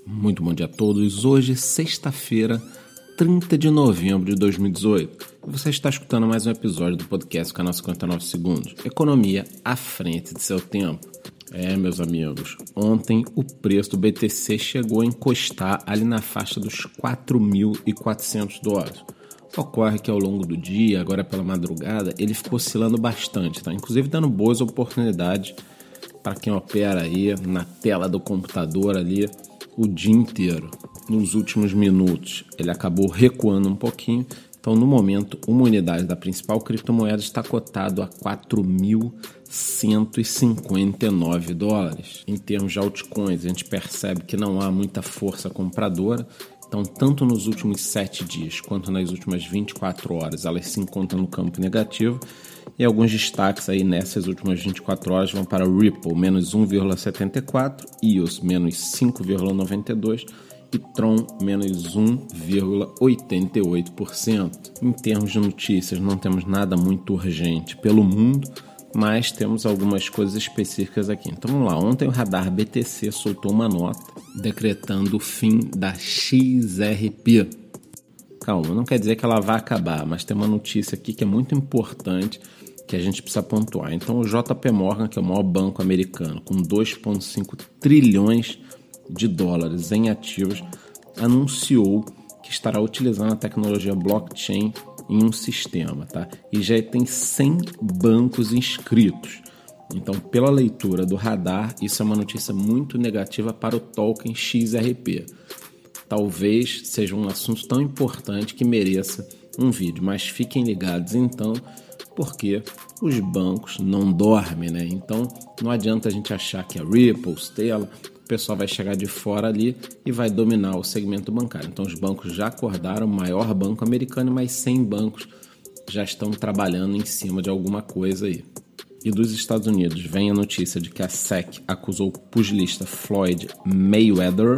Muito bom dia a todos. Hoje, sexta-feira, 30 de novembro de 2018. Você está escutando mais um episódio do podcast Canal 59 Segundos. Economia à frente de seu tempo. Meus amigos, ontem o preço do BTC chegou a encostar ali na faixa dos 4.400 dólares. Ocorre que ao longo do dia, agora pela madrugada, ele ficou oscilando bastante, tá? Inclusive dando boas oportunidades para quem opera aí na tela do computador ali o dia inteiro. Nos últimos minutos ele acabou recuando um pouquinho, então no momento uma unidade da principal criptomoeda está cotado a 4.159 dólares. Em termos de altcoins, a gente percebe que não há muita força compradora, então tanto nos últimos 7 dias quanto nas últimas 24 horas elas se encontram no campo negativo. E alguns destaques aí nessas últimas 24 horas vão para o Ripple, menos 1,74%, EOS, menos 5,92% e Tron, menos 1,88%. Em termos de notícias, não temos nada muito urgente pelo mundo, mas temos algumas coisas específicas aqui. Então vamos lá, ontem o radar BTC soltou uma nota decretando o fim da XRP. Calma, não quer dizer que ela vai acabar, mas tem uma notícia aqui que é muito importante que a gente precisa pontuar. Então, o JP Morgan, que é o maior banco americano, com 2,5 trilhões de dólares em ativos, anunciou que estará utilizando a tecnologia blockchain em um sistema, tá? E já tem 100 bancos inscritos. Então, pela leitura do radar, isso é uma notícia muito negativa para o token XRP. Talvez seja um assunto tão importante que mereça um vídeo, mas fiquem ligados então, porque os bancos não dormem, né? Então não adianta a gente achar que a Ripple, Stellar, o pessoal vai chegar de fora ali e vai dominar o segmento bancário. Então os bancos já acordaram, o maior banco americano, mas 100 bancos já estão trabalhando em cima de alguma coisa aí. E dos Estados Unidos vem a notícia de que a SEC acusou o pugilista Floyd Mayweather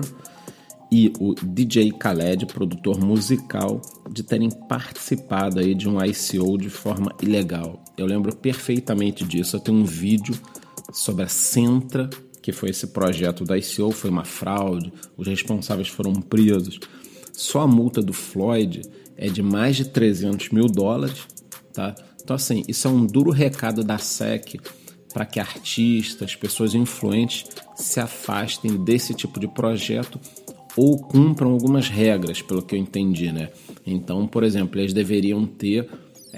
e o DJ Khaled, produtor musical, de terem participado aí de um ICO de forma ilegal. Eu lembro perfeitamente disso. Eu tenho um vídeo sobre a Centra, que foi esse projeto da ICO, foi uma fraude, os responsáveis foram presos. Só a multa do Floyd é de mais de 300 mil dólares, tá? Então assim, isso é um duro recado da SEC para que artistas, pessoas influentes se afastem desse tipo de projeto ou cumpram algumas regras, pelo que eu entendi, né? Então, por exemplo, eles deveriam ter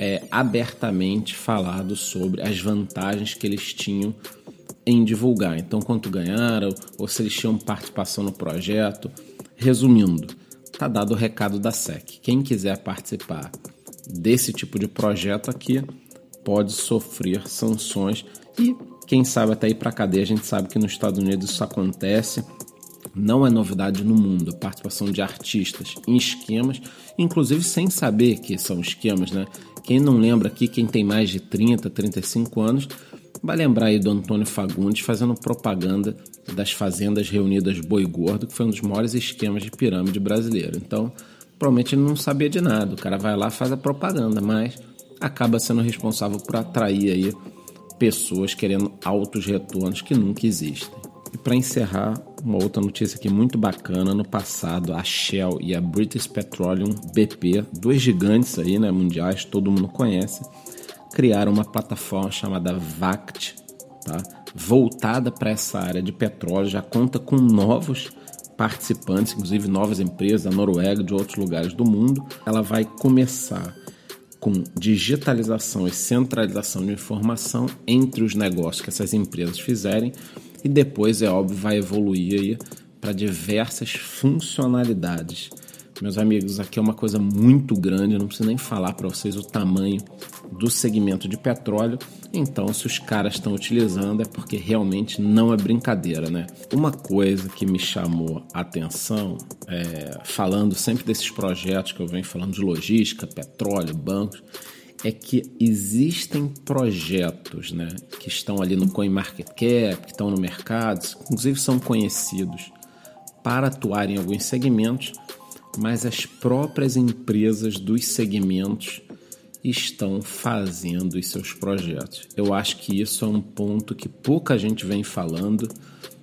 abertamente falado sobre as vantagens que eles tinham em divulgar. Então, quanto ganharam, ou se eles tinham participação no projeto. Resumindo, tá dado o recado da SEC. Quem quiser participar desse tipo de projeto aqui pode sofrer sanções e, quem sabe, até ir para a cadeia. A gente sabe que nos Estados Unidos isso acontece. Não é novidade no mundo a participação de artistas em esquemas, inclusive sem saber que são esquemas, né? Quem não lembra aqui, quem tem mais de 30, 35 anos, vai lembrar aí do Antônio Fagundes fazendo propaganda das Fazendas Reunidas Boi Gordo, que foi um dos maiores esquemas de pirâmide brasileiro. Então, provavelmente ele não sabia de nada. O cara vai lá, faz a propaganda, mas acaba sendo responsável por atrair aí pessoas querendo altos retornos que nunca existem. E para encerrar, uma outra notícia aqui muito bacana. No passado, a Shell e a British Petroleum, BP, dois gigantes aí, né, mundiais, todo mundo conhece, criaram uma plataforma chamada VACT, tá, voltada para essa área de petróleo. Já conta com novos participantes, inclusive novas empresas da Noruega, de outros lugares do mundo. Ela vai começar com digitalização e centralização de informação entre os negócios que essas empresas fizerem, e depois, é óbvio, vai evoluir para diversas funcionalidades. Meus amigos, aqui é uma coisa muito grande, eu não preciso nem falar para vocês o tamanho do segmento de petróleo. Então, se os caras estão utilizando é porque realmente não é brincadeira, né? Uma coisa que me chamou a atenção, falando sempre desses projetos que eu venho falando de logística, petróleo, bancos, é que existem projetos, né, que estão ali no CoinMarketCap, que estão no mercado, inclusive são conhecidos para atuar em alguns segmentos, mas as próprias empresas dos segmentos estão fazendo os seus projetos. Eu acho que isso é um ponto que pouca gente vem falando,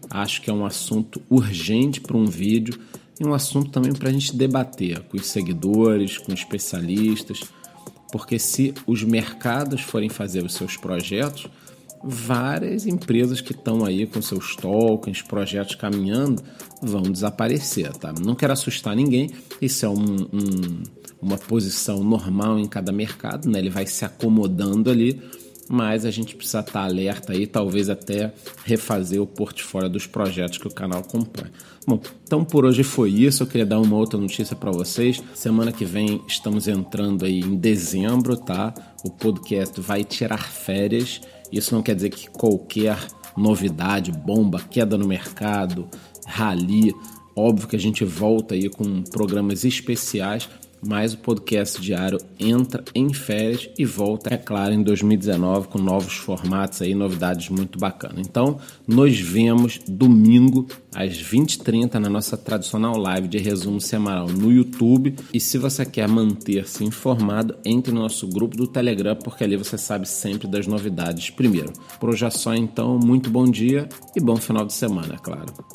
Acho que é um assunto urgente para um vídeo e um assunto também para a gente debater com os seguidores, com especialistas, porque se os mercados forem fazer os seus projetos, várias empresas que estão aí com seus tokens, projetos caminhando, vão desaparecer, tá? Não quero assustar ninguém, isso é uma posição normal em cada mercado, né? Ele vai se acomodando ali, mas a gente precisa estar alerta aí, talvez até refazer o portfólio dos projetos que o canal compõe. Bom, então por hoje foi isso, eu queria dar uma outra notícia para vocês. Semana que vem estamos entrando aí em dezembro, tá? O podcast vai tirar férias, isso não quer dizer que qualquer novidade, bomba, queda no mercado, rally, óbvio que a gente volta aí com programas especiais, mas o podcast diário entra em férias e volta, é claro, em 2019 com novos formatos aí, novidades muito bacanas. Então, nos vemos domingo às 20h30 na nossa tradicional live de resumo semanal no YouTube. E se você quer manter-se informado, entre no nosso grupo do Telegram, porque ali você sabe sempre das novidades primeiro. Por hoje é só então, muito bom dia e bom final de semana, é claro.